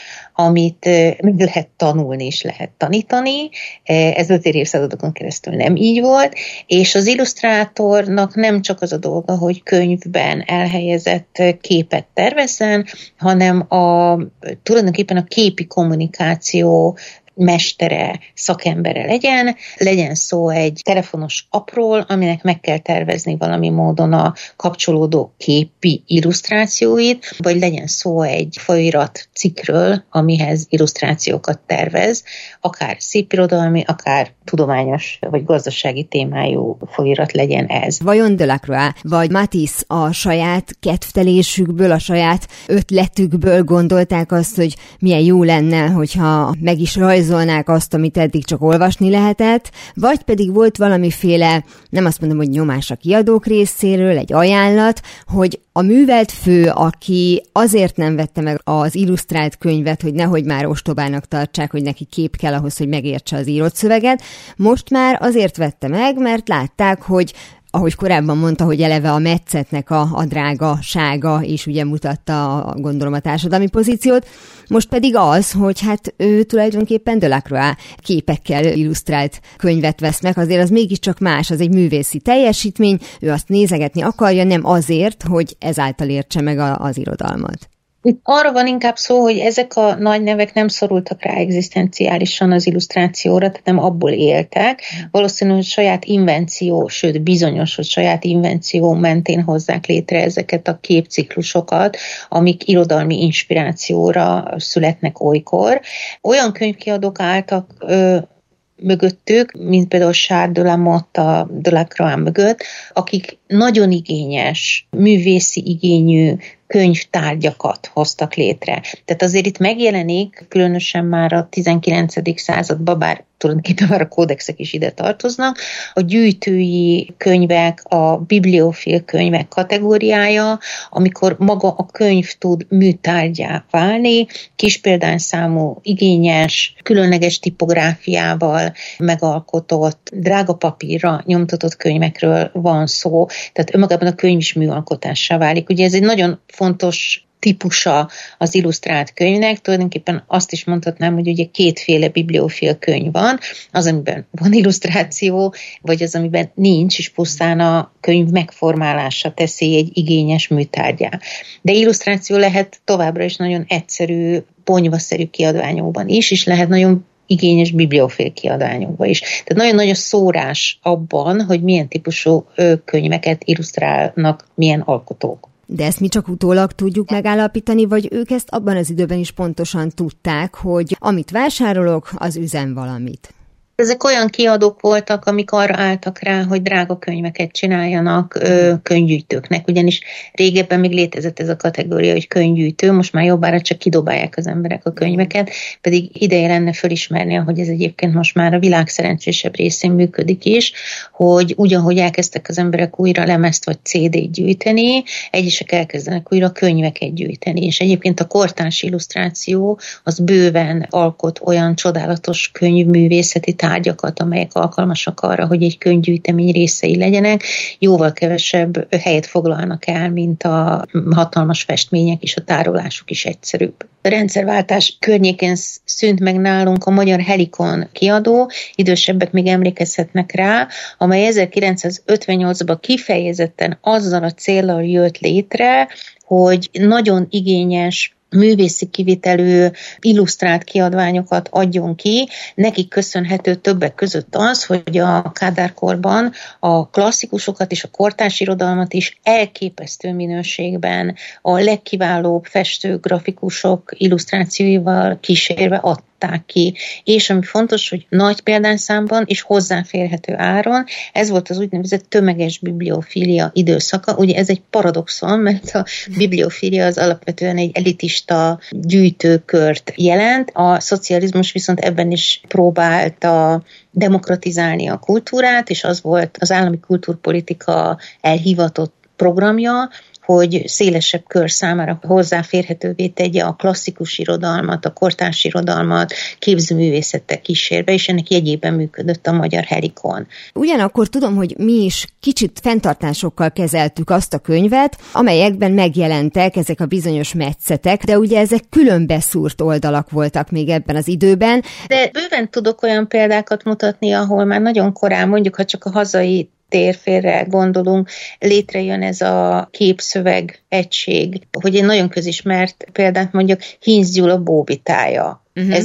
amit meg lehet tanulni és lehet tanítani. Ez 5 évszázadokon keresztül nem így volt, és az illusztrátornak nem csak az a dolga, hogy könyvben elhelyezett képet tervezzen, hanem tulajdonképpen a képi kommunikáció mestere, szakembere legyen szó egy telefonos appról, aminek meg kell tervezni valami módon a kapcsolódó képi illusztrációit, vagy legyen szó egy folyóirat cikkről, amihez illusztrációkat tervez, akár szépirodalmi, akár tudományos vagy gazdasági témájú folyóirat legyen ez. Vajon Delacroix vagy Matisse a saját kedvtelésükből, a saját ötletükből gondolták azt, hogy milyen jó lenne, hogyha meg is rajzolnák azt, amit eddig csak olvasni lehetett, vagy pedig volt valamiféle, nem azt mondom, hogy nyomás a kiadók részéről, egy ajánlat, hogy a művelt fő, aki azért nem vette meg az illusztrált könyvet, hogy nehogy már ostobának tartsák, hogy neki kép kell ahhoz, hogy megértse az írott szöveget, most már azért vette meg, mert látták, hogy ahogy korábban mondta, hogy eleve a metszetnek a drágasága is ugye mutatta, gondolom, a társadalmi pozíciót, most pedig az, hogy hát ő tulajdonképpen Delacroix képekkel illusztrált könyvet vesz meg, azért az mégiscsak más, az egy művészi teljesítmény, ő azt nézegetni akarja, nem azért, hogy ezáltal értse meg az irodalmat. Itt arra van inkább szó, hogy ezek a nagy nevek nem szorultak rá egzisztenciálisan az illusztrációra, tehát nem abból éltek. Valószínűleg saját invenció, sőt bizonyos, hogy saját invenció mentén hozzák létre ezeket a képciklusokat, amik irodalmi inspirációra születnek olykor. Olyan könyvkiadók álltak mögöttük, mint például Charles de la Motte a Delacroix mögött, akik nagyon igényes, művészi igényű könyvtárgyakat hoztak létre. Tehát azért itt megjelenik, különösen már a 19. században, bár tulajdonképpen már a kódexek is ide tartoznak, a gyűjtői könyvek, a bibliofil könyvek kategóriája, amikor maga a könyv tud műtárgyá válni, kis példányszámú, igényes, különleges tipográfiával megalkotott, drága papírra nyomtatott könyvekről van szó, tehát önmagában a könyv is műalkotássá válik. Ugye ez egy nagyon fontos típusa az illusztrált könyvnek. Tulajdonképpen azt is mondhatnám, hogy ugye kétféle bibliofil könyv van, az, amiben van illusztráció, vagy az, amiben nincs, és pusztán a könyv megformálása teszi egy igényes műtárgyá. De illusztráció lehet továbbra is nagyon egyszerű, ponyvaszerű kiadványokban is, és lehet nagyon igényes bibliofil kiadványokban is. Tehát nagyon nagy a szórás abban, hogy milyen típusú könyveket illusztrálnak milyen alkotók. De ezt mi csak utólag tudjuk megállapítani, vagy ők ezt abban az időben is pontosan tudták, hogy amit vásárolok, az üzen valamit? Ezek olyan kiadók voltak, amik arra álltak rá, hogy drága könyveket csináljanak könyvgyűjtőknek, ugyanis régebben még létezett ez a kategória, hogy könyvgyűjtő, most már jobbára csak kidobálják az emberek a könyveket, pedig ideje lenne fölismerni, hogy ez egyébként most már a világ szerencsésebb részén működik is, hogy ugyanhogy elkezdtek az emberek újra lemezt vagy CD-t gyűjteni, egyesek elkezdenek újra könyveket gyűjteni, és egyébként a kortárs illusztráció az bőven alkot olyan csodálatos könyvművészeti tárgyakat, amelyek alkalmasak arra, hogy egy könyvgyűjtemény részei legyenek, jóval kevesebb helyet foglalnak el, mint a hatalmas festmények, és a tárolásuk is egyszerűbb. A rendszerváltás környékén szűnt meg nálunk a magyar Helikon kiadó, idősebbek még emlékezhetnek rá, amely 1958-ban kifejezetten azzal a céllal jött létre, hogy nagyon igényes művészi kivitelű, illusztrált kiadványokat adjon ki. Nekik köszönhető többek között az, hogy a Kádár-korban a klasszikusokat és a kortárs irodalmat is elképesztő minőségben a legkiválóbb festő, grafikusok illusztrációival kísérve adták ki, és ami fontos, hogy nagy példányszámban és hozzáférhető áron, ez volt az úgynevezett tömeges bibliofília időszaka. Ugye ez egy paradoxon, mert a bibliofília az alapvetően egy elitista gyűjtőkört jelent, a szocializmus viszont ebben is próbálta demokratizálni a kultúrát, és az volt az állami kultúrpolitika elhivatott programja, hogy szélesebb kör számára hozzáférhetővé tegye a klasszikus irodalmat, a kortárs irodalmat, képzőművészettel kísérve, és ennek jegyében működött a magyar Helikon. Ugyanakkor tudom, hogy mi is kicsit fenntartásokkal kezeltük azt a könyvet, amelyekben megjelentek ezek a bizonyos metszetek, de ugye ezek külön beszúrt oldalak voltak még ebben az időben. De bőven tudok olyan példákat mutatni, ahol már nagyon korán, mondjuk, ha csak a hazai térfélre gondolunk, létrejön ez a képszöveg egység, hogy egy nagyon közismert példát mondjuk Hinz Gyula Bóbitája.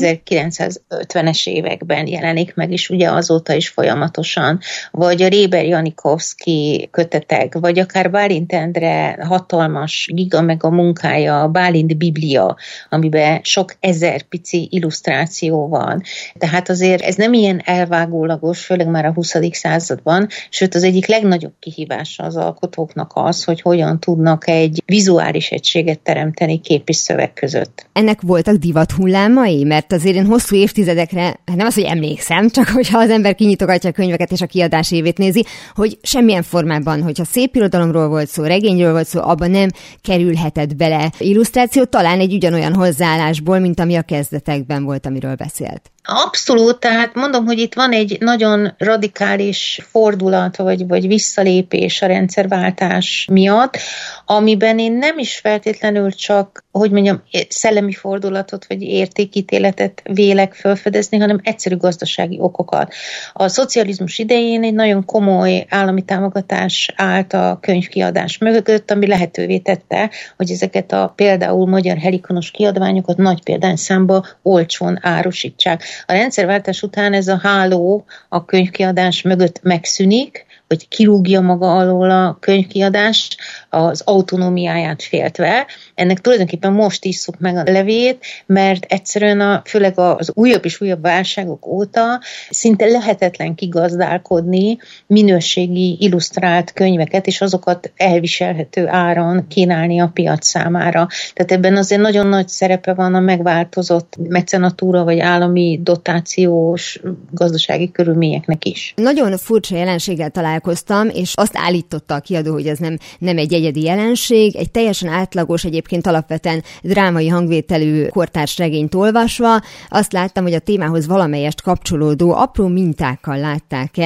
1950-es években jelenik meg, és ugye azóta is folyamatosan, vagy a Réber Janikovszky kötetek, vagy akár Bálint Endre hatalmas giga meg a munkája, a Bálint Biblia, amiben sok ezer pici illusztráció van. Tehát azért ez nem ilyen elvágólagos, főleg már a 20. században, sőt az egyik legnagyobb kihívása az alkotóknak az, hogy hogyan tudnak egy vizuális egységet teremteni kép és szöveg között. Ennek voltak divathullámai? Mert azért én hosszú évtizedekre, nem az, hogy emlékszem, csak hogyha az ember kinyitogatja a könyveket és a kiadás évét nézi, hogy semmilyen formában, hogyha szép irodalomról volt szó, regényről volt szó, abban nem kerülhetett bele illusztráció, talán egy ugyanolyan hozzáállásból, mint ami a kezdetekben volt, amiről beszélt. Abszolút, tehát mondom, hogy itt van egy nagyon radikális fordulat, vagy visszalépés a rendszerváltás miatt, amiben én nem is feltétlenül csak, hogy mondjam, szellemi fordulatot, vagy értékítéletet vélek felfedezni, hanem egyszerű gazdasági okokat. A szocializmus idején egy nagyon komoly állami támogatás állt a könyvkiadás mögött, ami lehetővé tette, hogy ezeket a például magyar helikonos kiadványokat nagy példányszámba olcsón árusítsák. A rendszerváltás után ez a háló a könyvkiadás mögött megszűnik, hogy kirúgja maga alól a könyvkiadást, az autonómiáját féltve. Ennek tulajdonképpen most isszuk meg a levét, mert egyszerűen főleg az újabb és újabb válságok óta szinte lehetetlen kigazdálkodni minőségi illusztrált könyveket, és azokat elviselhető áron kínálni a piac számára. Tehát ebben azért nagyon nagy szerepe van a megváltozott mecenatúra vagy állami dotációs gazdasági körülményeknek is. Nagyon furcsa jelenséggel találkoztam, és azt állította a kiadó, hogy ez nem egy egyedi jelenség, egy teljesen átlagos, egyébként alapvetően drámai hangvételű kortárs regényt olvasva azt láttam, hogy a témához valamelyest kapcsolódó apró mintákkal látták el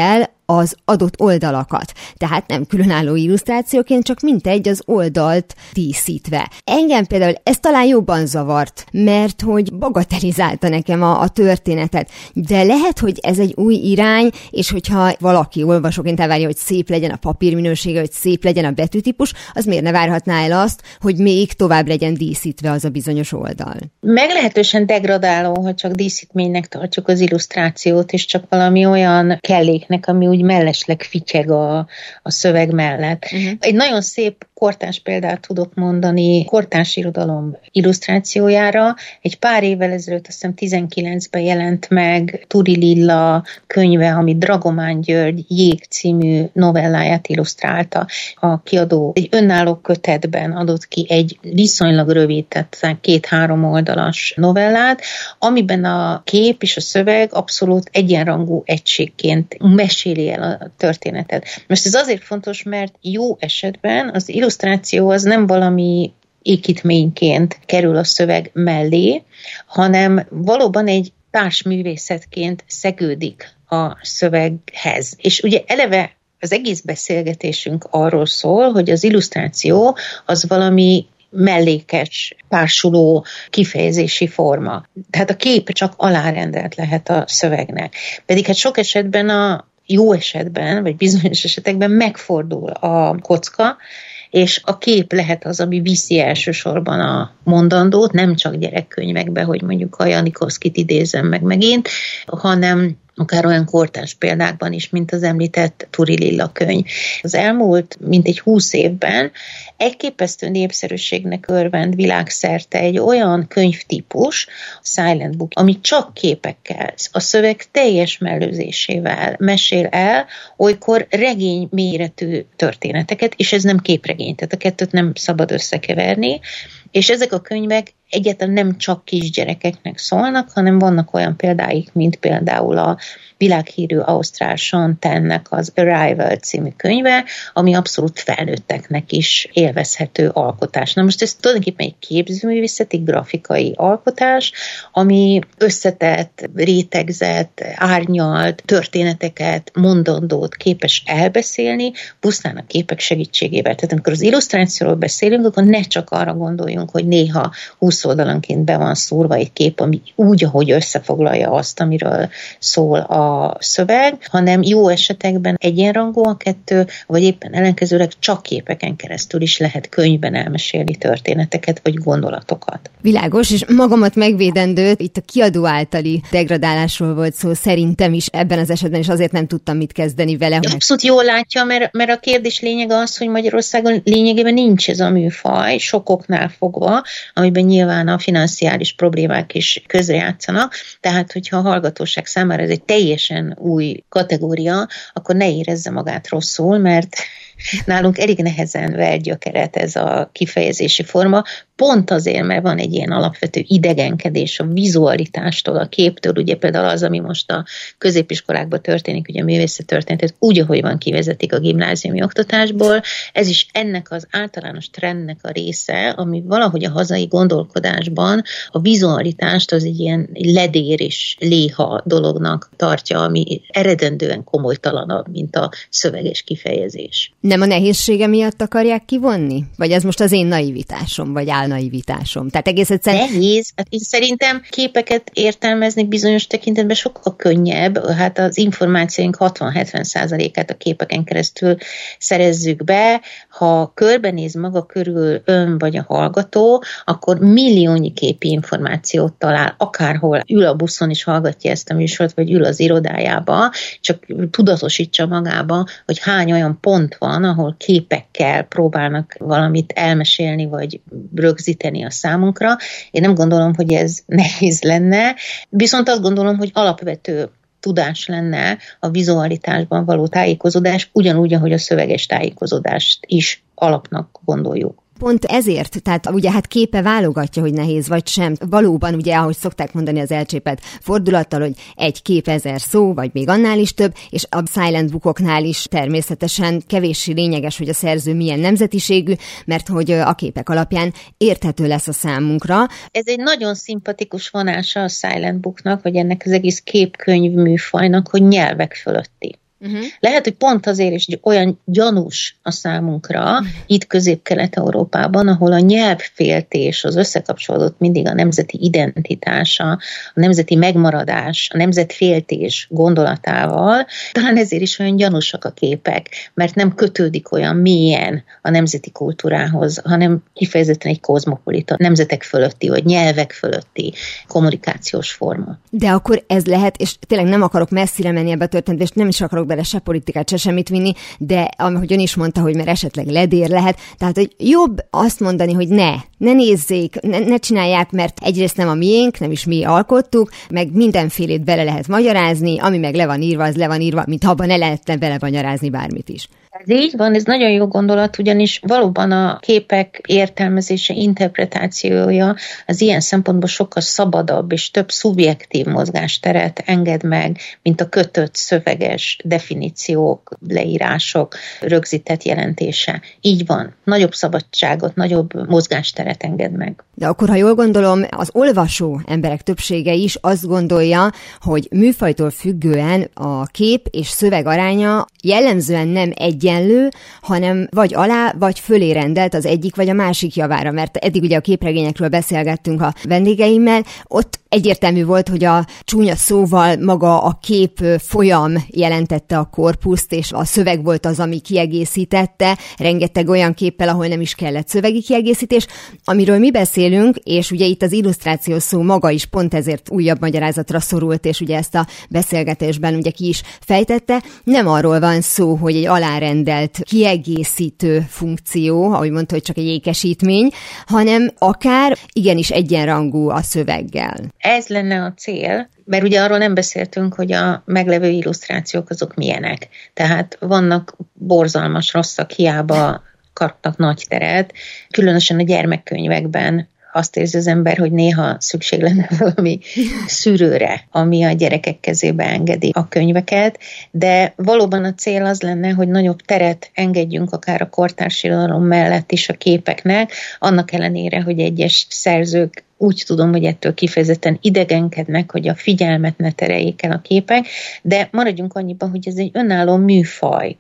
az adott oldalakat. Tehát nem különálló illusztrációként, csak mintegy az oldalt díszítve. Engem például ez talán jobban zavart, mert hogy bagatelizálta nekem a történetet. De lehet, hogy ez egy új irány, és hogyha valaki olvasóként elvárja, hogy szép legyen a papírminősége, hogy szép legyen a betűtípus, az miért ne várhatná el azt, hogy még tovább legyen díszítve az a bizonyos oldal? Meglehetősen degradáló, hogy csak díszítménynek tartjuk az illusztrációt, és csak valami olyan kelléknek, ami úgy mellesleg fityeg a szöveg mellett. Egy nagyon szép kortárs példát tudok mondani kortárs irodalom illusztrációjára. Egy pár évvel ezelőtt, azt hiszem 19-ben jelent meg Turi Lilla könyve, ami Dragomán György Jég című novelláját illusztrálta. A kiadó egy önálló kötetben adott ki egy viszonylag rövid, tehát 2-3 oldalas novellát, amiben a kép és a szöveg abszolút egyenrangú egységként meséli el a történetet. Most ez azért fontos, mert jó esetben az illusztráció az nem valami építményként kerül a szöveg mellé, hanem valóban egy társművészetként szegődik a szöveghez. És ugye eleve az egész beszélgetésünk arról szól, hogy az illusztráció az valami mellékes, társuló kifejezési forma. Tehát a kép csak alárendelt lehet a szövegnek. Pedig hát sok esetben jó esetben, vagy bizonyos esetekben megfordul a kocka, és a kép lehet az, ami viszi elsősorban a mondandót, nem csak gyerekkönyvekbe, hogy mondjuk a Janikovszkit idézem meg megint, hanem akár olyan kortárs példákban is, mint az említett Turi Lilla könyv. Az elmúlt mintegy 20 évben elképesztő népszerűségnek örvend világszerte egy olyan könyvtípus, Silent Book, ami csak képekkel, a szöveg teljes mellőzésével mesél el olykor regény méretű történeteket, és ez nem képregény, tehát a kettőt nem szabad összekeverni, és ezek a könyvek egyáltalán nem csak kisgyerekeknek szólnak, hanem vannak olyan példáik, mint például a világhírű ausztrál Sean Tennek az Arrival című könyve, ami abszolút felnőtteknek is élvezhető alkotás. Na most ez tulajdonképpen egy képzőművészeti, grafikai alkotás, ami összetett, rétegzett, árnyalt történeteket, mondandót képes elbeszélni, pusztán a képek segítségével. Tehát amikor az illusztrációról beszélünk, akkor ne csak arra gondoljunk, hogy néha 20 oldalanként be van szúrva egy kép, ami úgy, ahogy összefoglalja azt, amiről szól a szöveg, hanem jó esetekben egyenrangú a kettő, vagy éppen ellenkezőleg csak képeken keresztül is lehet könyvben elmesélni történeteket, vagy gondolatokat. Világos, és magamat megvédendő, itt a kiadó általi degradálásról volt szó, szerintem is ebben az esetben, és azért nem tudtam mit kezdeni vele. Abszolút jól látja, mert a kérdés lényege az, hogy Magyarországon lényegében nincs ez a műfaj, sokoknál fogva, amiben nyilván a financiális problémák is közrejátszanak, tehát hogyha a hallgatóság számára ez egy teljesen új kategória, akkor ne érezze magát rosszul, mert nálunk elég nehezen ver gyökeret ez a kifejezési forma, pont azért, mert van egy ilyen alapvető idegenkedés a vizualitástól, a képtől, ugye például az, ami most a középiskolákban történik, ugye a művészettörténetet úgy, ahogy van kivezetik a gimnáziumi oktatásból, ez is ennek az általános trendnek a része, ami valahogy a hazai gondolkodásban a vizualitást az egy ilyen ledér és léha dolognak tartja, ami eredendően komolytalanabb, mint a szöveges kifejezés. Nem a nehézsége miatt akarják kivonni? Vagy ez most az én naivitásom, vagy álnaivitásom? Tehát egész egyszerűen... Nehéz. Hát én szerintem képeket értelmezni bizonyos tekintetben sokkal könnyebb. Hát az információink 60-70%-át a képeken keresztül szerezzük be. Ha körbenéz maga körül ön vagy a hallgató, akkor milliónyi képi információt talál, akárhol ül a buszon és hallgatja ezt a műsort, vagy ül az irodájába, csak tudatosítsa magába, hogy hány olyan pont van, ahol képekkel próbálnak valamit elmesélni, vagy rögzíteni a számunkra. Én nem gondolom, hogy ez nehéz lenne, viszont azt gondolom, hogy alapvető tudás lenne a vizualitásban való tájékozódás, ugyanúgy, ahogy a szöveges tájékozódást is alapnak gondoljuk. Pont ezért, tehát ugye hát képe válogatja, hogy nehéz vagy sem. Valóban ugye, ahogy szokták mondani az elcsépelt fordulattal, hogy egy kép 1000 szó, vagy még annál is több, és a Silent Bookoknál is természetesen kevéssé lényeges, hogy a szerző milyen nemzetiségű, mert hogy a képek alapján érthető lesz a számunkra. Ez egy nagyon szimpatikus vonása a Silent Booknak, vagy ennek az egész képkönyv műfajnak, hogy nyelvek fölötti. Lehet, hogy pont azért is olyan gyanús a számunkra itt Közép-Kelet-Európában, ahol a nyelvféltés, az összekapcsolódott mindig a nemzeti identitása, a nemzeti megmaradás, a nemzetféltés gondolatával, talán ezért is olyan gyanúsak a képek, mert nem kötődik olyan mélyen a nemzeti kultúrához, hanem kifejezetten egy kozmopolita, nemzetek fölötti, vagy nyelvek fölötti kommunikációs forma. De akkor ez lehet, és tényleg nem akarok messzire menni ebbe a történetbe, nem is akarok bele se politikát, se semmit vinni, de ahogy ön is mondta, hogy mert esetleg ledér lehet, tehát hogy jobb azt mondani, hogy ne nézzék, ne csinálják, mert egyrészt nem a miénk, nem is mi alkottuk, meg mindenfélét bele lehet magyarázni, ami meg le van írva, az le van írva, mintha abban ne lehetne bele magyarázni bármit is. Ez így van, ez nagyon jó gondolat, ugyanis valóban a képek értelmezése, interpretációja az ilyen szempontból sokkal szabadabb és több szubjektív mozgásteret enged meg, mint a kötött szöveges definíciók, leírások, rögzített jelentése. Így van, nagyobb szabadságot, nagyobb mozgásteret enged meg. De akkor, ha jól gondolom, az olvasó emberek többsége is azt gondolja, hogy műfajtól függően a kép és szöveg aránya jellemzően nem egyenlő, hanem vagy alá, vagy fölé rendelt az egyik vagy a másik javára, mert eddig ugye a képregényekről beszélgettünk a vendégeimmel, ott egyértelmű volt, hogy a csúnya szóval maga a kép folyam jelentette a korpuszt, és a szöveg volt az, ami kiegészítette, rengeteg olyan képpel, ahol nem is kellett szövegi kiegészítés, amiről mi beszélünk, és ugye itt az illusztráció szó maga is pont ezért újabb magyarázatra szorult, és ugye ezt a beszélgetésben ugye ki is fejtette, nem arról van szó, hogy egy alárendelt kiegészítő funkció, ahogy mondta, hogy csak egy ékesítmény, hanem akár igenis egyenrangú a szöveggel. Ez lenne a cél, mert ugye arról nem beszéltünk, hogy a meglevő illusztrációk azok milyenek. Tehát vannak borzalmas, rosszak, hiába kapnak nagy teret, különösen a gyermekkönyvekben azt érzi az ember, hogy néha szükség lenne valami szűrőre, ami a gyerekek kezébe engedi a könyveket, de valóban a cél az lenne, hogy nagyobb teret engedjünk akár a kortárs irodalom mellett is a képeknek, annak ellenére, hogy egyes szerzők úgy tudom, hogy ettől kifejezetten idegenkednek, hogy a figyelmet ne tereljék el a képek, de maradjunk annyiban, hogy ez egy önálló műfaj,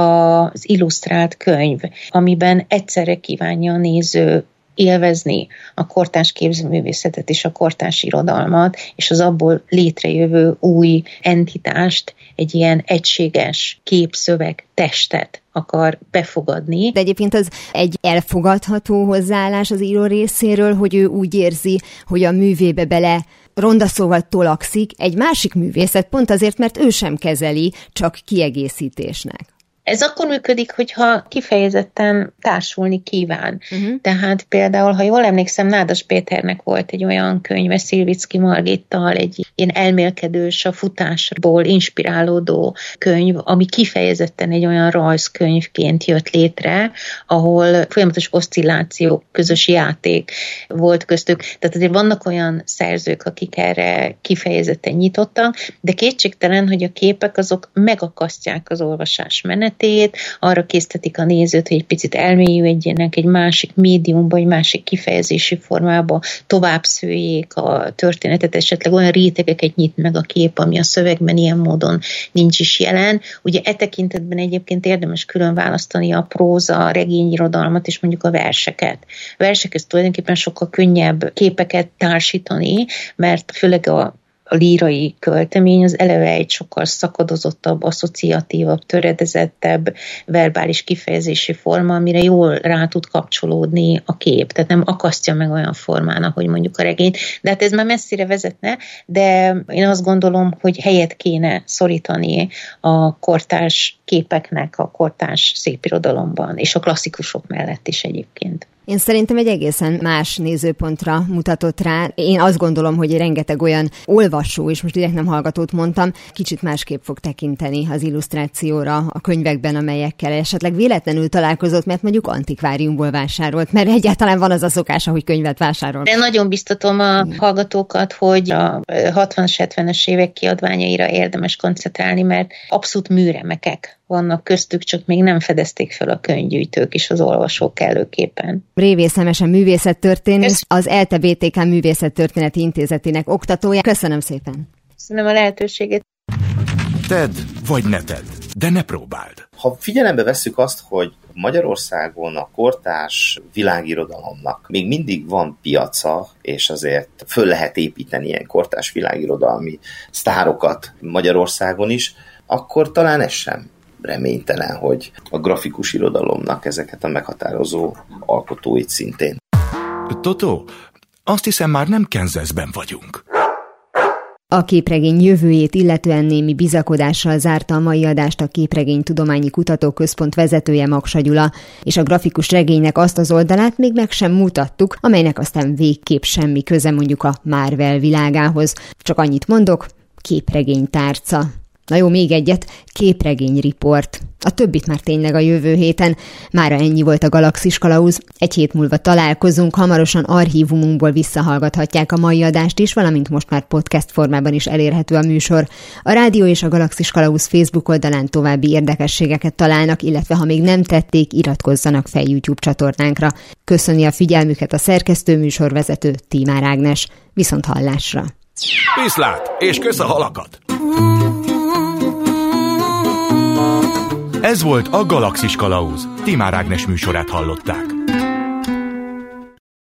az illusztrált könyv, amiben egyszerre kívánja a néző élvezni a kortárs képzőművészetet és a kortárs irodalmat, és az abból létrejövő új entitást, egy ilyen egységes képszöveg testet akar befogadni. De egyébként az egy elfogadható hozzáállás az író részéről, hogy ő úgy érzi, hogy a művébe bele ronda szóval tolakszik egy másik művészet, pont azért, mert ő sem kezeli, csak kiegészítésnek. Ez akkor működik, hogyha kifejezetten társulni kíván. Tehát például, ha jól emlékszem, Nádas Péternek volt egy olyan könyve Szilvicki Margittal, egy ilyen elmélkedős, a futásból inspirálódó könyv, ami kifejezetten egy olyan rajzkönyvként jött létre, ahol folyamatos oszcilláció, közös játék volt köztük. Tehát azért vannak olyan szerzők, akik erre kifejezetten nyitottak, de kétségtelen, hogy a képek azok megakasztják az olvasás menet, arra késztetik a nézőt, hogy egy picit elmélyüljenek egy másik médiumba, egy másik kifejezési formába, tovább szőjék a történetet, esetleg olyan rétegeket nyit meg a kép, ami a szövegben ilyen módon nincs is jelen. Ugye e tekintetben egyébként érdemes külön választani a próza, a regényirodalmat és mondjuk a verseket. A versekhez tulajdonképpen sokkal könnyebb képeket társítani, mert főleg a lírai költemény az eleve egy sokkal szakadozottabb, asszociatívabb, töredezettebb verbális kifejezési forma, amire jól rá tud kapcsolódni a kép. Tehát nem akasztja meg olyan formán, ahogy mondjuk a regényt. De hát ez már messzire vezetne, de én azt gondolom, hogy helyet kéne szorítani a kortárs képeknek, a kortárs szépirodalomban, és a klasszikusok mellett is egyébként. Én szerintem egy egészen más nézőpontra mutatott rá. Én azt gondolom, hogy rengeteg olyan olvasó, és most direkt nem hallgatót mondtam, kicsit másképp fog tekinteni az illusztrációra a könyvekben, amelyekkel esetleg véletlenül találkozott, mert mondjuk antikváriumból vásárolt, mert egyáltalán van az a szokása, hogy könyvet vásárol. De nagyon biztatom a hallgatókat, hogy a 60-as, 70-es évek kiadványaira érdemes koncentrálni, mert abszolút műremekek vannak köztük, csak még nem fedezték fel a könyvgyűjtők és az olvasók kellőképpen. Révész Emese művészettörténész, az ELTE BTK Művészettörténeti Intézetének oktatója. Köszönöm szépen! Köszönöm a lehetőséget! Tedd vagy ne tedd! de ne próbáld. Ha figyelembe vesszük azt, hogy Magyarországon a kortárs világirodalomnak még mindig van piaca, és azért föl lehet építeni ilyen kortárs világirodalmi sztárokat Magyarországon is, akkor talán ez sem reménytelen, hogy a grafikus irodalomnak ezeket a meghatározó alkotóit szintén. Totó, azt hiszem már nem Kansasben vagyunk. A képregény jövőjét illetően némi bizakodással zárta a mai adást a Képregénytudományi Kutatóközpont vezetője Maksa Gyula, és a grafikus regénynek azt az oldalát még meg sem mutattuk, amelynek aztán végképp semmi köze mondjuk a Marvel világához. Csak annyit mondok, képregénytárca. Na jó, még egyet, képregényriport. A többit már tényleg a jövő héten. Mára ennyi volt a Galaxis Kalauz. Egy hét múlva találkozunk, hamarosan archívumunkból visszahallgathatják a mai adást is, valamint most már podcast formában is elérhető a műsor. A Rádió és a Galaxis Kalauz Facebook oldalán további érdekességeket találnak, illetve ha még nem tették, iratkozzanak fel YouTube csatornánkra. Köszöni a figyelmüket a szerkesztő műsorvezető Tímár Ágnes. Viszont hallásra! Viszlát, és kösz a halakat! Ez volt a Galaxis Kalauz. Tímár Ágnes műsorát hallották.